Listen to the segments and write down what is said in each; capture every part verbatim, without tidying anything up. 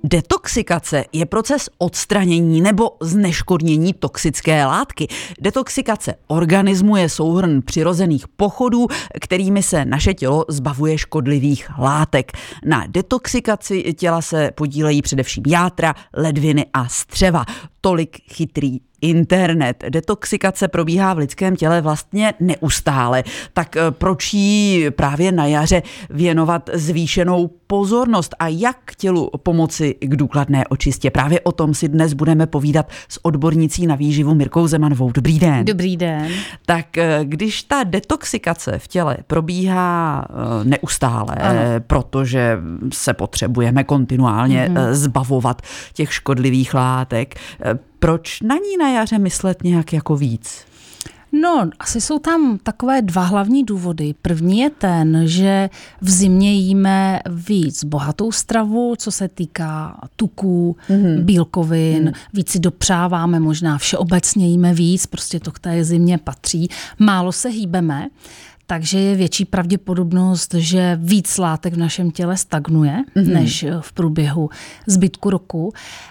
Detoxikace je proces odstranění nebo zneškodnění toxické látky. Detoxikace organismu je souhrn přirozených pochodů, kterými se naše tělo zbavuje škodlivých látek. Na detoxikaci těla se podílejí především játra, ledviny a střeva. Tolik chytrý internet. Detoxikace probíhá v lidském těle vlastně neustále. Tak proč jí právě na jaře věnovat zvýšenou pozornost a jak tělu pomoci k důkladné očistě? Právě o tom si dnes budeme povídat s odbornicí na výživu Mirkou Zemanovou. Dobrý den. Dobrý den. Tak když ta detoxikace v těle probíhá neustále, ano. protože se potřebujeme kontinuálně mm-hmm. zbavovat těch škodlivých látek, proč na ní na jaře myslet nějak jako víc? No, asi jsou tam takové dva hlavní důvody. První je ten, že v zimě jíme víc bohatou stravu, co se týká tuků, mm-hmm. bílkovin, mm. víc si dopřáváme, možná všeobecně jíme víc, prostě to k té zimě patří. Málo se hýbeme, takže je větší pravděpodobnost, že víc látek v našem těle stagnuje, mm-hmm. než v průběhu zbytku roku.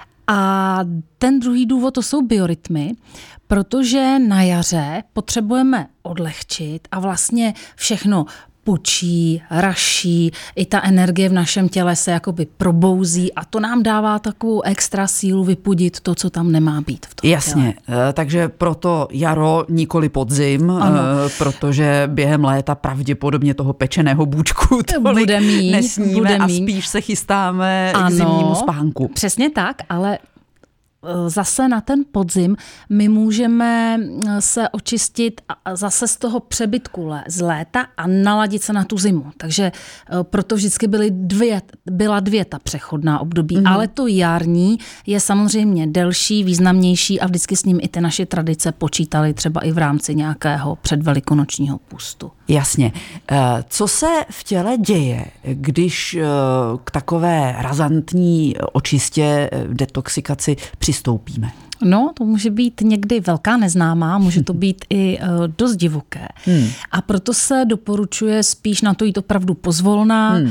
A ten druhý důvod, to jsou biorytmy, protože na jaře potřebujeme odlehčit a vlastně všechno pučí, raší, i ta energie v našem těle se jakoby probouzí a to nám dává takovou extra sílu vypudit to, co tam nemá být v tom Jasně, těle. Takže proto jaro, nikoli podzim, ano. protože během léta pravděpodobně toho pečeného bůčku tolik bude míň, nesníme bude a míň. spíš se chystáme ano, k zimnímu spánku. Přesně tak, ale zase na ten podzim my můžeme se očistit zase z toho přebytku z léta a naladit se na tu zimu. Takže proto vždycky byly dvě, byla dvě ta přechodná období, mm. ale to jarní je samozřejmě delší, významnější a vždycky s ním i ty naše tradice počítaly třeba i v rámci nějakého předvelikonočního pustu. Jasně. Co se v těle děje, když k takové razantní očistě, detoxikaci přistoupíme? No, to může být někdy velká neznámá, může to být i dost divoké. Hmm. A proto se doporučuje spíš na to jít opravdu pozvolna, hmm.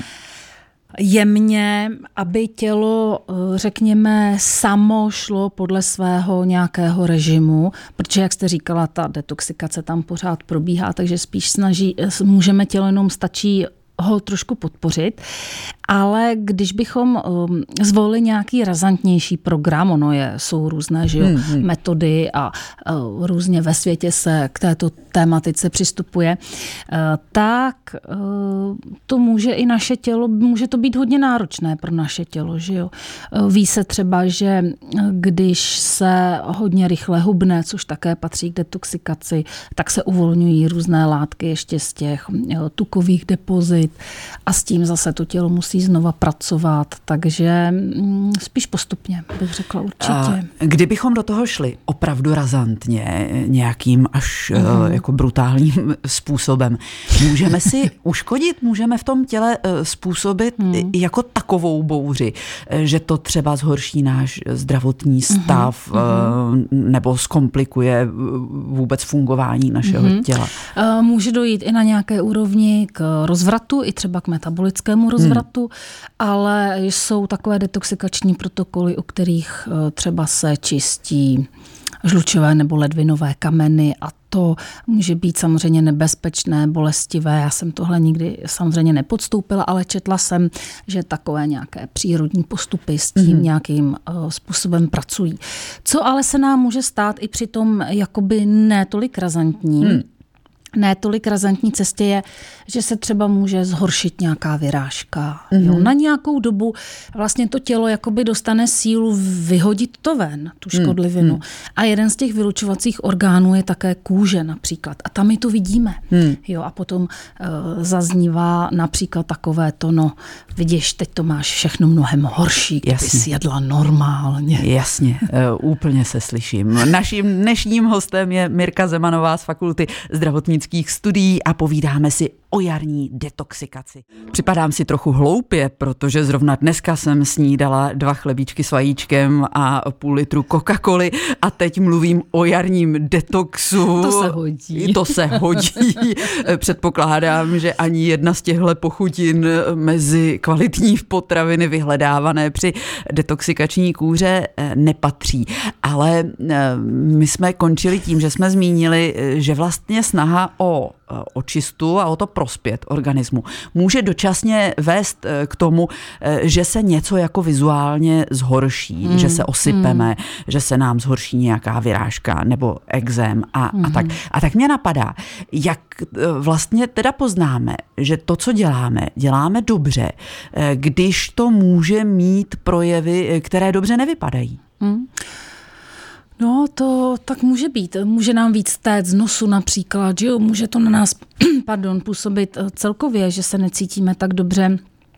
jemně, aby tělo, řekněme, samo šlo podle svého nějakého režimu, protože, jak jste říkala, ta detoxikace tam pořád probíhá, takže spíš snaží, můžeme tělo jenom stačí ho trošku podpořit, ale když bychom um, zvolili nějaký razantnější program, ono je, jsou různé že jo, hmm, hmm. metody a uh, různě ve světě se k této tématice přistupuje, uh, tak uh, to může i naše tělo, může to být hodně náročné pro naše tělo. Že jo? Uh, ví se třeba, že když se hodně rychle hubne, což také patří k detoxikaci, tak se uvolňují různé látky ještě z těch jo, tukových depozit a s tím zase to tělo musí znova pracovat, takže spíš postupně, bych řekla určitě. A kdybychom do toho šli opravdu razantně, nějakým až mm. jako brutálním způsobem, můžeme si uškodit, můžeme v tom těle způsobit mm. jako takovou bouři, že to třeba zhorší náš zdravotní stav mm. nebo zkomplikuje vůbec fungování našeho mm. těla. Může dojít i na nějaké úrovni k rozvratu, i třeba k metabolickému rozvratu, hmm. ale jsou takové detoxikační protokoly, u kterých třeba se čistí žlučové nebo ledvinové kameny a to může být samozřejmě nebezpečné, bolestivé. Já jsem tohle nikdy samozřejmě nepodstoupila, ale četla jsem, že takové nějaké přírodní postupy s tím mm. nějakým uh, způsobem pracují. Co ale se nám může stát i při tom jakoby ne tolik razantním, mm. ne tolik razantní cestě je, že se třeba může zhoršit nějaká vyrážka. Mm-hmm. Jo, na nějakou dobu vlastně to tělo jakoby dostane sílu vyhodit to ven, tu škodlivinu. Mm. A jeden z těch vylučovacích orgánů je také kůže například. A tam my to vidíme. Mm. Jo, a potom uh, zaznívá například takové to, no vidíš, teď to máš všechno mnohem horší, kdyby jsi jedla normálně. Jasně, uh, úplně se slyším. Naším dnešním hostem je Mirka Zemanová z Fakulty zdravotnických studií a povídáme si o jarní detoxikaci. Připadám si trochu hloupě, protože zrovna dneska jsem snídala dva chlebíčky s vajíčkem a půl litru Coca-Coly a teď mluvím o jarním detoxu. To se hodí. To se hodí. Předpokládám, že ani jedna z těchto pochutin mezi kvalitní potraviny vyhledávané při detoxikační kúře nepatří. Ale my jsme končili tím, že jsme zmínili, že vlastně snaha o očistu a o to prospět organismu může dočasně vést k tomu, že se něco jako vizuálně zhorší, mm. že se osypeme, mm. že se nám zhorší nějaká vyrážka nebo ekzém a, mm. a tak. A tak mě napadá, jak vlastně teda poznáme, že to, co děláme, děláme dobře, když to může mít projevy, které dobře nevypadají. Mm. No, to tak může být. Může nám víc téct z nosu například, že jo? Může to na nás pardon, působit celkově, že se necítíme tak dobře.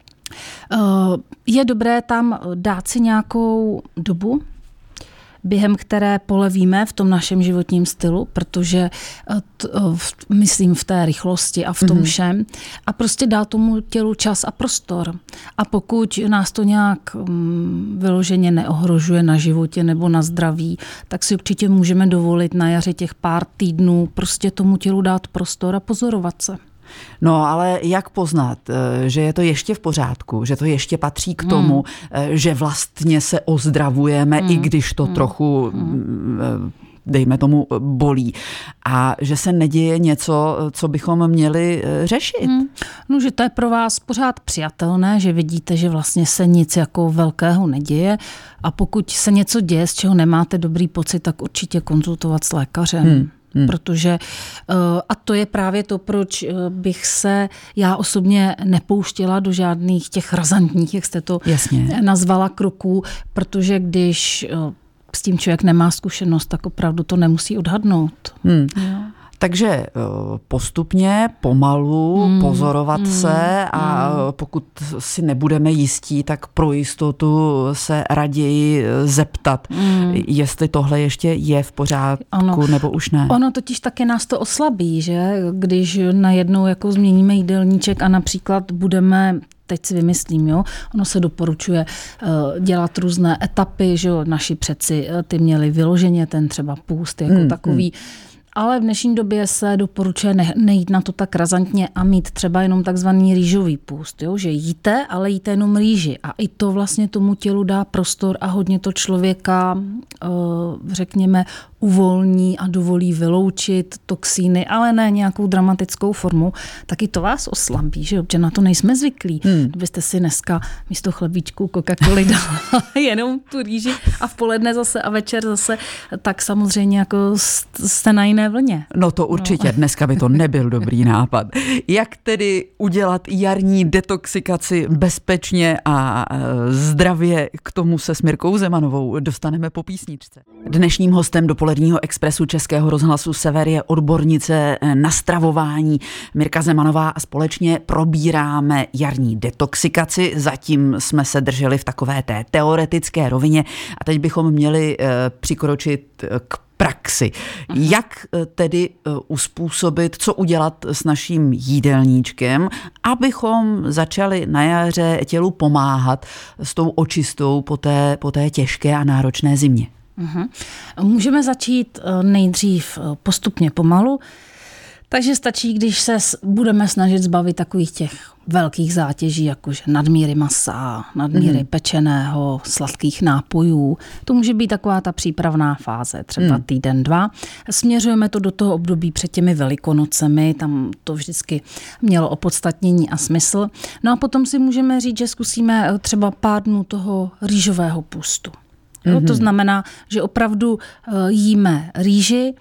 Je dobré tam dát si nějakou dobu, během které polevíme v tom našem životním stylu, protože t, v, myslím v té rychlosti a v tom mm-hmm. všem a prostě dá tomu tělu čas a prostor. A pokud nás to nějak um, vyloženě neohrožuje na životě nebo na zdraví, tak si určitě můžeme dovolit na jaře těch pár týdnů prostě tomu tělu dát prostor a pozorovat se. No, ale jak poznat, že je to ještě v pořádku, že to ještě patří k tomu, mm. že vlastně se ozdravujeme, mm. i když to mm. trochu, mm. dejme tomu, bolí. A že se neděje něco, co bychom měli řešit. Mm. No, že to je pro vás pořád přijatelné, že vidíte, že vlastně se nic jako velkého neděje a pokud se něco děje, z čeho nemáte dobrý pocit, tak určitě konzultovat s lékařem. Mm. Hmm. Protože, a to je právě to, proč bych se já osobně nepouštěla do žádných těch razantních, jak jste to Jasně. nazvala, kroků, protože když s tím člověk nemá zkušenost, tak opravdu to nemusí odhadnout. Hmm. Takže postupně, pomalu mm, pozorovat mm, se a mm. pokud si nebudeme jistí, tak pro jistotu se raději zeptat, mm. jestli tohle ještě je v pořádku ano. nebo už ne. Ono totiž taky nás to oslabí, že? Když najednou jako změníme jídelníček a například budeme teď si vymyslím, jo, ono se doporučuje uh, dělat různé etapy, že jo, naši předci ty měli vyloženě ten třeba půst jako mm, takový, mm. Ale v dnešní době se doporučuje ne, nejít na to tak razantně a mít třeba jenom takzvaný rýžový půst, jo? Že jíte, ale jíte jenom rýži. A i to vlastně tomu tělu dá prostor a hodně to člověka, řekněme, uvolní a dovolí vyloučit toxíny, ale ne nějakou dramatickou formu, taky to vás oslabí, že občas na to nejsme zvyklí. Hmm. Kdybyste si dneska místo chlebíčku Coca-Coly dala jenom tu rýži a v poledne zase a večer zase, tak samozřejmě jako jste na jiné vlně. No to určitě, no. Dneska by to nebyl dobrý nápad. Jak tedy udělat jarní detoxikaci bezpečně a zdravě, k tomu se s Mirkou Zemanovou dostaneme po písničce. Dnešním hostem dopoledního expresu Českého rozhlasu Sever je odbornice na stravování Mirka Zemanová a společně probíráme jarní detoxikaci. Zatím jsme se drželi v takové té teoretické rovině a teď bychom měli přikročit k praxi. Aha. Jak tedy uspůsobit, co udělat s naším jídelníčkem, abychom začali na jaře tělu pomáhat s tou očistou po té, po té těžké a náročné zimě? Aha. Můžeme začít nejdřív postupně pomalu, takže stačí, když se budeme snažit zbavit takových těch velkých zátěží, jakože nadmíry masa, nadmíry mm. pečeného, sladkých nápojů. To může být taková ta přípravná fáze, třeba mm. týden, dva. Směřujeme to do toho období před těmi Velikonocemi, tam to vždycky mělo opodstatnění a smysl. No a potom si můžeme říct, že zkusíme třeba pár dnů toho rýžového půstu. Jo, mm-hmm. To znamená, že opravdu jíme rýži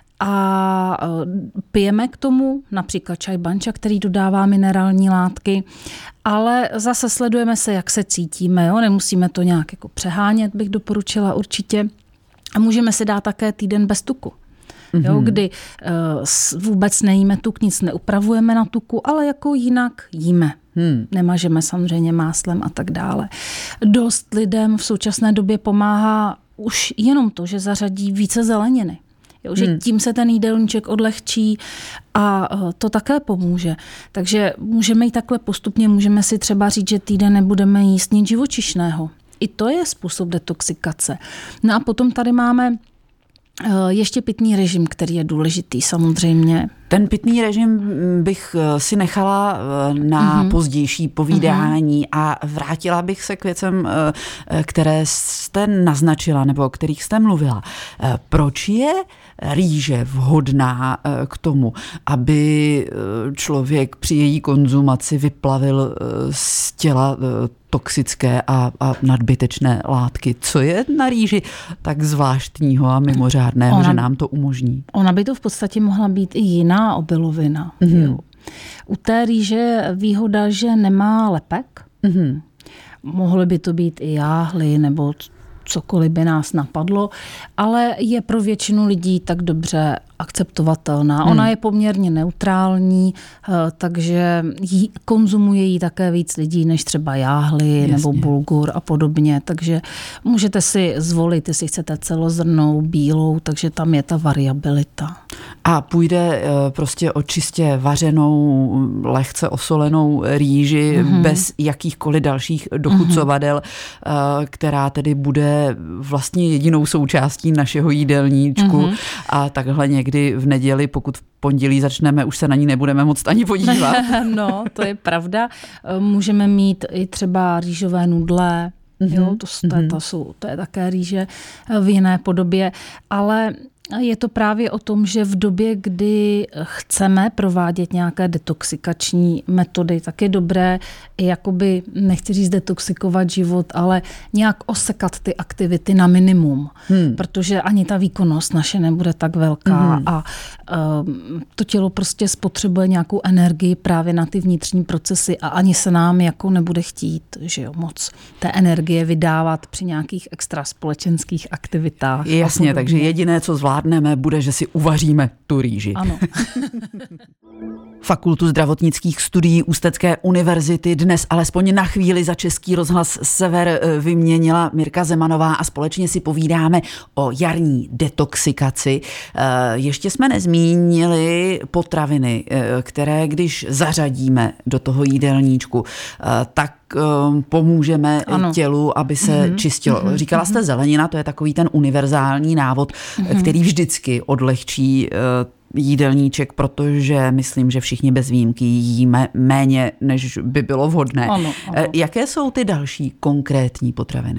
a pijeme k tomu například čaj banča, který dodává minerální látky, ale zase sledujeme se, jak se cítíme. Jo? Nemusíme to nějak jako přehánět, bych doporučila určitě. A můžeme si dát také týden bez tuku. Mm-hmm. Jo, kdy uh, vůbec nejíme tuk, nic neupravujeme na tuku, ale jako jinak jíme. Hmm. Nemažeme samozřejmě máslem a tak dále. Dost lidem v současné době pomáhá už jenom to, že zařadí více zeleniny. Jo, že hmm. tím se ten jídelníček odlehčí a to také pomůže. Takže můžeme jít takhle postupně, můžeme si třeba říct, že týden nebudeme jíst nic živočišného. I to je způsob detoxikace. No a potom tady máme ještě pitný režim, který je důležitý samozřejmě. Ten pitný režim bych si nechala na mm-hmm. pozdější povídání mm-hmm. a vrátila bych se k věcem, které jste naznačila nebo o kterých jste mluvila. Proč je rýže vhodná k tomu, aby člověk při její konzumaci vyplavil z těla toxické a, a nadbytečné látky? Co je na rýži tak zvláštního a mimořádného, ona, že nám to umožní? Ona by to v podstatě mohla být i jiná obilovina. Mm-hmm. U té rýže je výhoda, že nemá lepek. Mm-hmm. Mohly by to být i jáhly nebo cokoliv by nás napadlo, ale je pro většinu lidí tak dobře akceptovatelná. Ona hmm. je poměrně neutrální, takže jí, konzumuje ji také víc lidí než třeba jáhly Jasně. nebo bulgur a podobně, takže můžete si zvolit, jestli chcete celozrnnou, bílou, takže tam je ta variabilita. A půjde prostě o čistě vařenou, lehce osolenou rýži mm-hmm. bez jakýchkoliv dalších dochucovadel, mm-hmm. která tedy bude vlastně jedinou součástí našeho jídelníčku mm-hmm. a takhle někdy v neděli, pokud v pondělí začneme, už se na ní nebudeme moc ani podívat. No, to je pravda. Můžeme mít i třeba rýžové nudle, mm-hmm. jo, to, to, je, to, jsou, to je také rýže v jiné podobě, ale je to právě o tom, že v době, kdy chceme provádět nějaké detoxikační metody, tak je dobré jakoby, nechci říct detoxikovat život, ale nějak osekat ty aktivity na minimum, hmm. protože ani ta výkonnost naše nebude tak velká hmm. a um, to tělo prostě spotřebuje nějakou energii právě na ty vnitřní procesy a ani se nám jako nebude chtít, že jo, moc té energie vydávat při nějakých extra společenských aktivitách. Jasně, takže jediné, co zvládneme, bude, že si uvaříme tu rýži. Ano. Fakultu zdravotnických studií Ústecké univerzity dnes alespoň na chvíli za Český rozhlas Sever vyměnila Mirka Zemanová a společně si povídáme o jarní detoxikaci. Ještě jsme nezmínili potraviny, které když zařadíme do toho jídelníčku, tak pomůžeme ano. tělu, aby se mm-hmm. čistilo. Mm-hmm. Říkala jste zelenina, to je takový ten univerzální návod, mm-hmm. který vždycky odlehčí jídelníček, protože myslím, že všichni bez výjimky jíme méně, než by bylo vhodné. Ano, ano. Jaké jsou ty další konkrétní potraviny?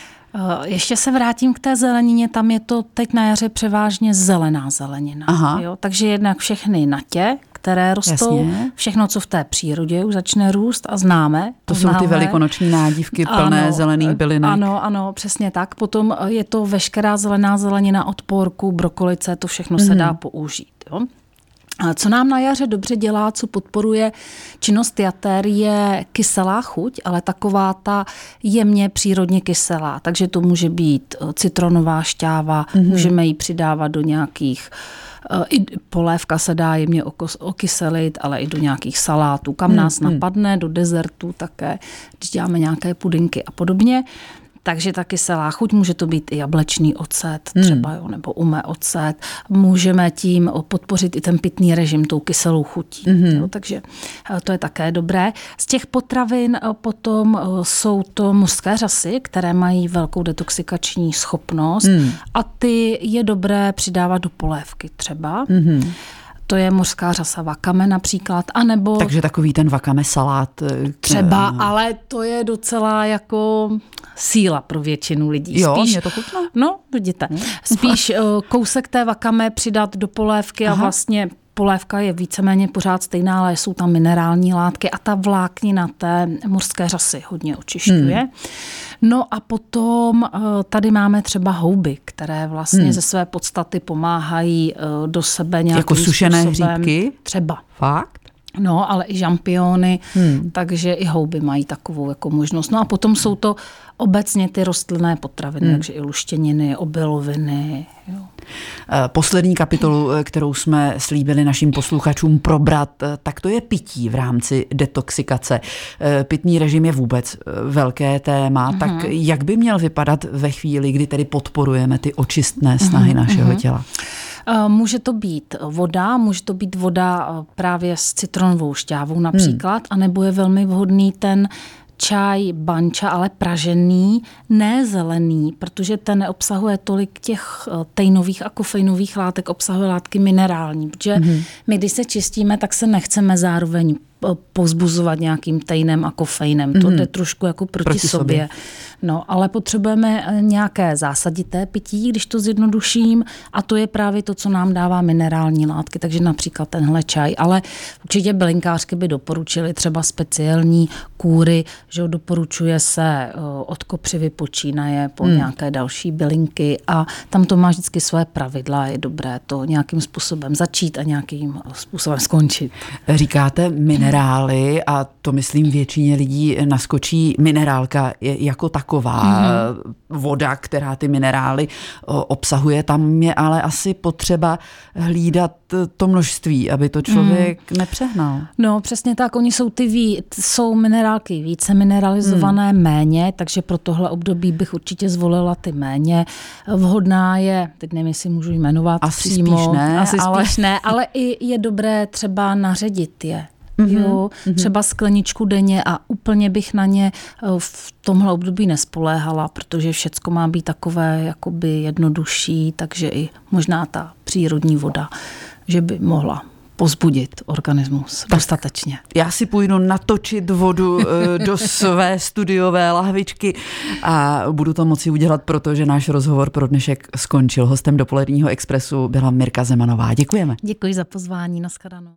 Ještě se vrátím k té zelenině, tam je to teď na jaře převážně zelená zelenina. Jo? Takže jednak všechny natě, které rostou, Jasně. všechno, co v té přírodě už začne růst a známe. To jsou ty velikonoční nádívky plné ano, zelených bylinek. Ano, ano, přesně tak. Potom je to veškerá zelená zelenina od porku, brokolice, to všechno mm. se dá použít. Jo? Co nám na jaře dobře dělá, co podporuje činnost jater, je kyselá chuť, ale taková ta jemně přírodně kyselá. Takže to může být citronová šťáva, mm-hmm. můžeme ji přidávat do nějakých, i polévka se dá jemně okyselit, ale i do nějakých salátů, kam mm-hmm. nás napadne, do dezertů také, když děláme nějaké pudinky a podobně. Takže ta kyselá chuť, může to být i jablečný ocet třeba, hmm. jo, nebo umé ocet. Můžeme tím podpořit i ten pitný režim tou kyselou chutí. Hmm. Jo, takže to je také dobré. Z těch potravin potom jsou to mořské řasy, které mají velkou detoxikační schopnost hmm. a ty je dobré přidávat do polévky třeba. Hmm. To je mořská řasa wakame například, anebo... Takže takový ten wakame salát. Třeba, ale to je docela jako síla pro většinu lidí. Jo, Spíš, mě to chutná. No, vidíte. Spíš kousek té wakame přidat do polévky Aha. a vlastně polévka je víceméně pořád stejná, ale jsou tam minerální látky a ta vláknina té mořské řasy hodně očišťuje. Hmm. No a potom tady máme třeba houby, které vlastně hmm. ze své podstaty pomáhají do sebe nějakým jako sušené způsobem. hříbky? Třeba. Fakt? No, ale i žampiony, hmm. takže i houby mají takovou jako možnost. No a potom jsou to obecně ty rostlinné potraviny, hmm. takže i luštěniny, obiloviny. Jo. Poslední kapitolu, kterou jsme slíbili našim posluchačům probrat, tak to je pití v rámci detoxikace. Pitný režim je vůbec velké téma, hmm. tak jak by měl vypadat ve chvíli, kdy tedy podporujeme ty očistné snahy hmm. našeho hmm. těla? Může to být voda, může to být voda právě s citronovou šťávou například, hmm. anebo je velmi vhodný ten čaj banča, ale pražený, ne zelený, protože ten neobsahuje tolik těch tejnových a kofeinových látek, obsahuje látky minerální, protože hmm. my, když se čistíme, tak se nechceme zároveň povzbuzovat nějakým tejnem a kofeinem. To jde trošku jako proti, proti sobě. sobě. No, ale potřebujeme nějaké zásadité pití, když to zjednoduším, a to je právě to, co nám dává minerální látky, takže například tenhle čaj. Ale určitě bylinkářky by doporučili třeba speciální kůry, že doporučuje se od kopřivy počínaje po hmm. nějaké další bylinky a tam to má vždycky své pravidla, je dobré to nějakým způsobem začít a nějakým způsobem skončit. Říkáte minerální minerály, a to myslím většině lidí naskočí minerálka jako taková. Mm-hmm. Voda, která ty minerály obsahuje, tam je ale asi potřeba hlídat to množství, aby to člověk mm. nepřehnal. No přesně tak, oni jsou ty ví, jsou minerálky více mineralizované, mm. méně, takže pro tohle období bych určitě zvolila ty méně. Vhodná je, teď nevím, jestli můžu jmenovat asi přímo. Spíš ne, asi ale... spíš ne, ale i je dobré třeba naředit je. Jo, mm-hmm. třeba skleničku denně a úplně bych na ně v tomhle období nespoléhala, protože všecko má být takové jakoby jednodušší, takže i možná ta přírodní voda, že by mohla pozbudit organismus dostatečně. Já si půjdu natočit vodu do své studiové lahvičky a budu to moci udělat, protože náš rozhovor pro dnešek skončil. Hostem Dopoledního expresu byla Mirka Zemanová. Děkujeme. Děkuji za pozvání, nashledanou.